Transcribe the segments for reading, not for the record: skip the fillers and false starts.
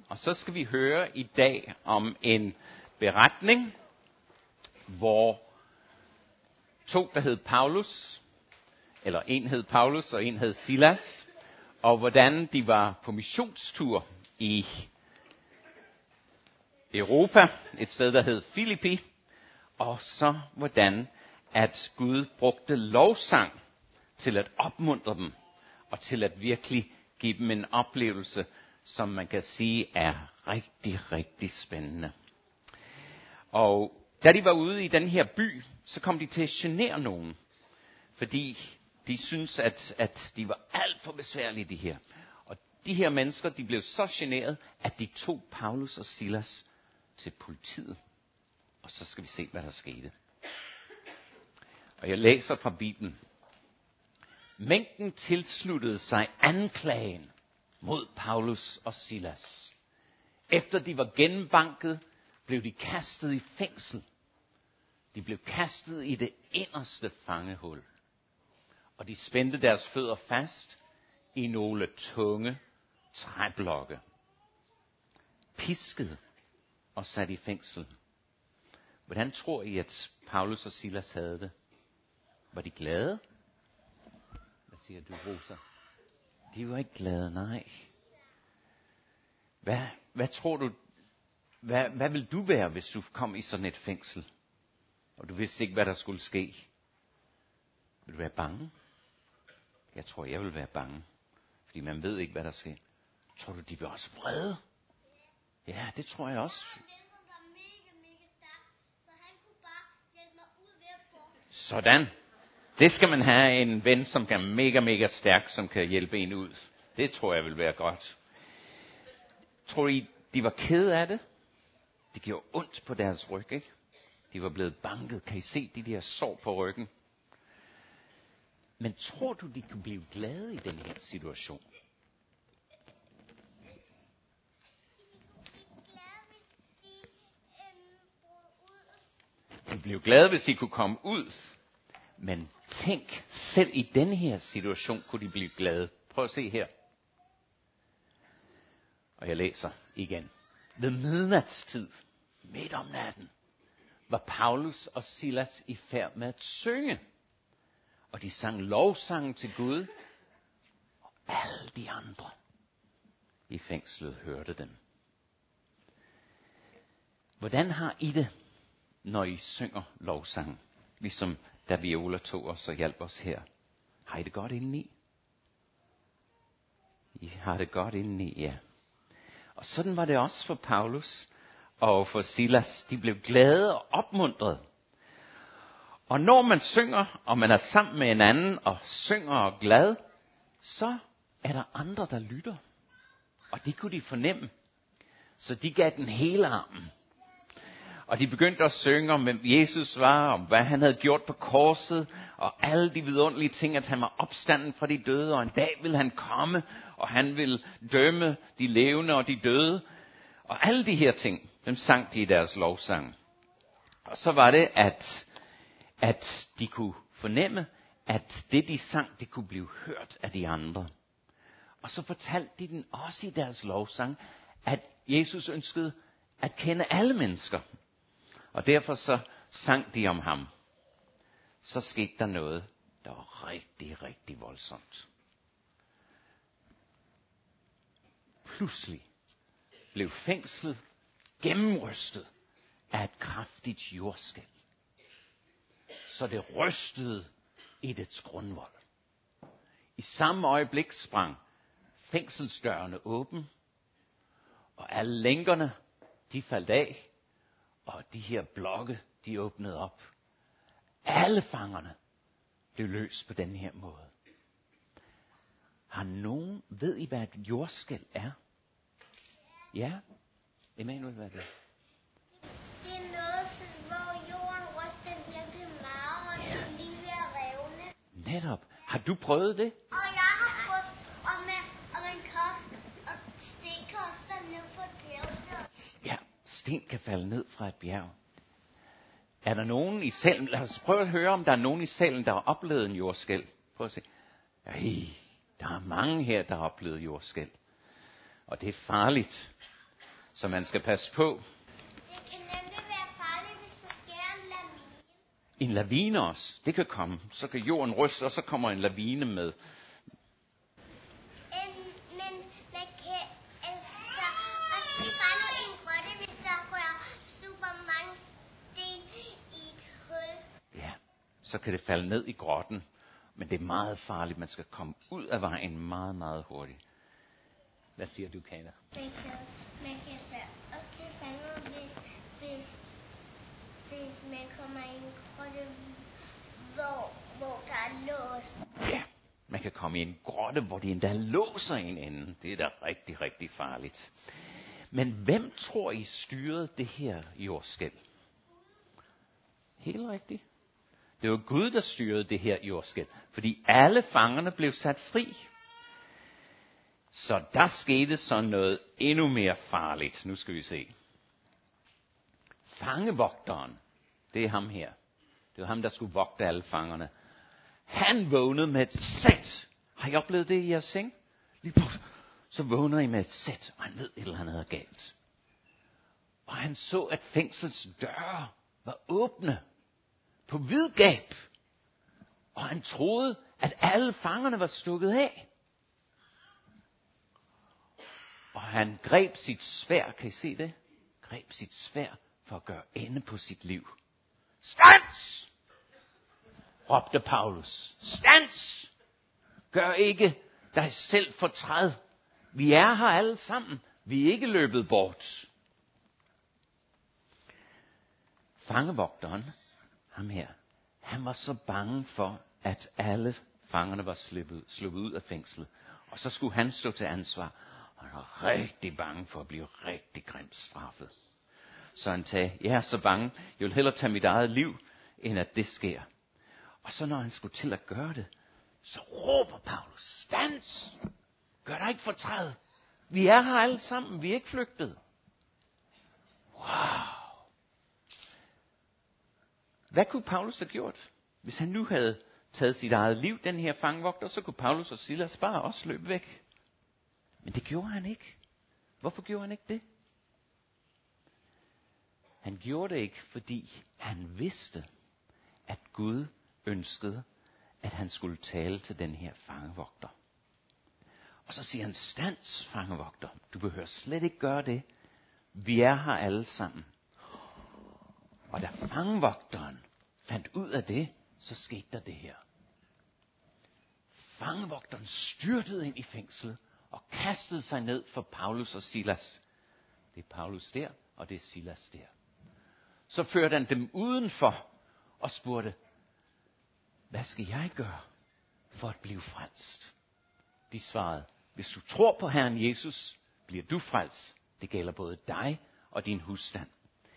Og så skal vi høre i dag om en beretning, hvor to, der hed Paulus, eller en hed Paulus og en hed Silas, og hvordan de var på missionstur i Europa, et sted, der hed Filippi, og så hvordan at Gud brugte lovsang til at opmuntre dem, og til at virkelig give dem en oplevelse, som man kan sige er rigtig, rigtig spændende. Og da de var ude i den her by, så kom de til at genere nogen, fordi de syntes, at de var alt for besværlige, de her. Og de her mennesker, de blev så generet, at de tog Paulus og Silas til politiet. Og så skal vi se, hvad der skete. Og jeg læser fra Bibelen. Mængden tilsluttede sig anklagen mod Paulus og Silas. Efter de var gennembanket, blev de kastet i fængsel. De blev kastet i det inderste fangehul. Og de spændte deres fødder fast i nogle tunge træblokke. Pisket og sat i fængsel. Hvordan tror I, at Paulus og Silas havde det? Var de glade? Hvad siger du, Rosa? De var ikke glade, nej. Hvad tror du, hvad vil du være, hvis du kom i sådan et fængsel? Og du vidste ikke, hvad der skulle ske. Vil du være bange? Jeg tror, jeg vil være bange. Fordi man ved ikke, hvad der sker. Tror du, de vil også vrede? Ja, det tror jeg også. Sådan. Det skal man have en ven, som er mega, mega stærk, som kan hjælpe en ud. Det tror jeg vil være godt. Tror I, de var kede af det? Det gjorde ondt på deres ryg, ikke? De var blevet banket. Kan I se de der sår på ryggen? Men tror du, de kunne blive glade i den her situation? De blev glade, hvis de kunne komme ud. Men tænk, selv i denne her situation kunne de blive glade. Prøv at se her. Og jeg læser igen. Ved midnatstid, midt om natten, var Paulus og Silas i færd med at synge. Og de sang lovsangen til Gud. Og alle de andre i fængslet hørte dem. Hvordan har I det, når I synger lovsangen? Ligesom da Viola tog os og hjalp os her. Har I det godt indeni? I har det godt indeni, ja. Og sådan var det også for Paulus og for Silas. De blev glade og opmuntrede. Og når man synger, og man er sammen med en anden og synger og er glad, så er der andre, der lytter. Og det kunne de fornemme. Så de gav den hele armen. Og de begyndte at synge om, hvem Jesus var, om hvad han havde gjort på korset, og alle de vidunderlige ting, at han var opstanden fra de døde, og en dag ville han komme, og han ville dømme de levende og de døde. Og alle de her ting, dem sang de i deres lovsang. Og så var det, at de kunne fornemme, at det de sang, det kunne blive hørt af de andre. Og så fortalte de den også i deres lovsang, at Jesus ønskede at kende alle mennesker. Og derfor så sang de om ham. Så skete der noget, der var rigtig, rigtig voldsomt. Pludselig blev fængslet gennemrystet af et kraftigt jordskælv. Så det rystede i dets grundvold. I samme øjeblik sprang fængselsdørene åben, og alle lænkerne, de faldt af, og de her blokke, de åbnede op. Alle fangerne blev løst på den her måde. Har nogen, ved I hvad et jordskælv er? Ja? Emanuel, hvad er det? Det er noget, hvor jorden ryster virkelig meget, og det er lige ved at revne. Netop. Har du prøvet det? Og jeg har prøvet, og man kan også, og sten kan også falde ned fra et bjerg. Ja, sten kan falde ned fra et bjerg. Er der nogen i salen? Lad os prøve at høre, om der er nogen i salen, der har oplevet en jordskælv. Prøv at se. Ej, der er mange her, der har oplevet jordskælv. Og det er farligt. Så man skal passe på. Det kan nemlig være farligt, hvis du skærer en lavine. En lavine også, det kan komme. Så kan jorden ryste, og så kommer en lavine med. Men man kan altså også fange en grotte, hvis der rører super mange sten i et hul. Ja, så kan det falde ned i grotten. Men det er meget farligt. Man skal komme ud af vejen meget, meget hurtigt. Hvad siger du, Kana? Man kan så også blive fanget, hvis man kommer i en grotte, hvor der er låst. Ja, man kan komme i en grotte, hvor de endda låser en ende. Det er da rigtig, rigtig farligt. Men hvem tror I styrede det her jordskælv? Helt rigtigt. Det var Gud, der styrede det her jordskælv. Fordi alle fangerne blev sat fri. Så der skete så noget endnu mere farligt. Nu skal vi se. Fangevogteren, det er ham her. Det var ham, der skulle vogte alle fangerne. Han vågnede med et sæt. Har I oplevet det i jeres seng? Så vågner I med et sæt, og han ved et eller andet er galt. Og han så, at fængslets døre var åbne. På vid gab. Og han troede, at alle fangerne var stukket af. Og han greb sit sværd, kan I se det? Greb sit sværd for at gøre ende på sit liv. Stands! Råbte Paulus. Stands! Gør ikke dig selv fortræd. Vi er her alle sammen. Vi er ikke løbet bort. Fangevogteren, ham her, han var så bange for, at alle fangerne var sluppet ud af fængslet. Og så skulle han stå til ansvar. Og han var rigtig bange for at blive rigtig grimt straffet. Så han sagde, jeg er så bange, jeg vil hellere tage mit eget liv, end at det sker. Og så når han skulle til at gøre det, så råber Paulus, stands! Gør dig ikke fortræd. Vi er her alle sammen, vi er ikke flygtet. Wow! Hvad kunne Paulus have gjort? Hvis han nu havde taget sit eget liv, den her fangevogter, så kunne Paulus og Silas bare også løbe væk. Men det gjorde han ikke. Hvorfor gjorde han ikke det? Han gjorde det ikke, fordi han vidste, at Gud ønskede, at han skulle tale til den her fangevogter. Og så siger han, stands, fangevogter. Du behøver slet ikke gøre det. Vi er her alle sammen. Og da fangevogteren fandt ud af det, så skete der det her. Fangevogteren styrtede ind i fængslet og kastede sig ned for Paulus og Silas. Det er Paulus der, og det er Silas der. Så førte han dem udenfor og spurgte, hvad skal jeg gøre for at blive frelst? De svarede, hvis du tror på Herren Jesus, bliver du frelst. Det gælder både dig og din husstand.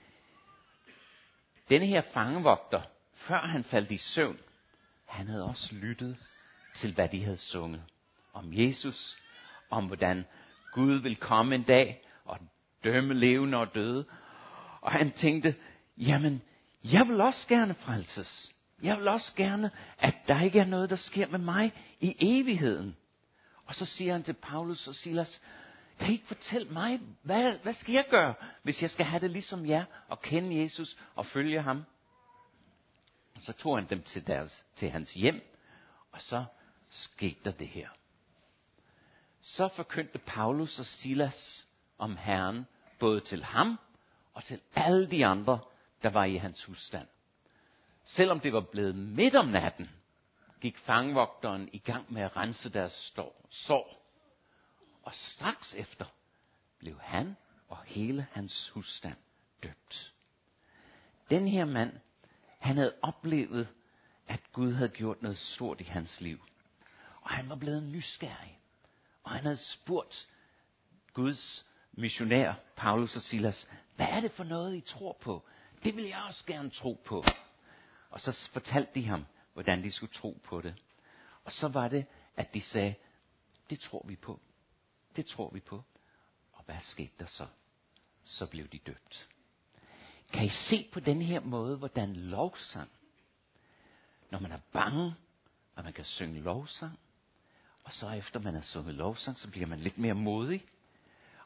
Denne her fangevogter, før han faldt i søvn, han havde også lyttet til, hvad de havde sunget. Om Jesus, om hvordan Gud vil komme en dag og dømme levende og døde. Og han tænkte, jamen, jeg vil også gerne frelses. Jeg vil også gerne, at der ikke er noget, der sker med mig i evigheden. Og så siger han til Paulus og Silas, kan I ikke fortælle mig, hvad skal jeg gøre, hvis jeg skal have det ligesom jer, og kende Jesus og følge ham? Og så tog han dem til hans hjem, og så skete der det her. Så forkyndte Paulus og Silas om Herren, både til ham og til alle de andre, der var i hans husstand. Selvom det var blevet midt om natten, gik fangevogteren i gang med at rense deres sår. Og straks efter blev han og hele hans husstand døbt. Den her mand, han havde oplevet, at Gud havde gjort noget stort i hans liv. Og han var blevet nysgerrig. Og han havde spurgt Guds missionær, Paulus og Silas, hvad er det for noget, I tror på? Det vil jeg også gerne tro på. Og så fortalte de ham, hvordan de skulle tro på det. Og så var det, at de sagde, det tror vi på. Det tror vi på. Og hvad skete der så? Så blev de døbt. Kan I se på den her måde, hvordan lovsang, når man er bange, og man kan synge lovsang, og så efter man har sunget lovsang, så bliver man lidt mere modig.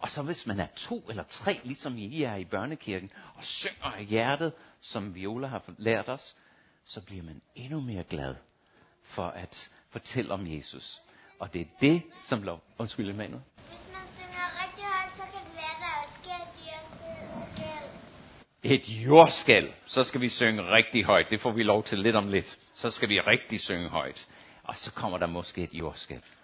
Og så hvis man er 2 eller 3, ligesom I er i børnekirken, og synger af hjertet, som Viola har lært os, så bliver man endnu mere glad for at fortælle om Jesus. Og det er det, som undskyld, Emanuel. Hvis man synger rigtig højt, så kan det være, der også sker et jordskælv. Et jordskælv. Så skal vi synge rigtig højt. Det får vi lov til lidt om lidt. Så skal vi rigtig synge højt. Og så kommer der måske et jordskælv.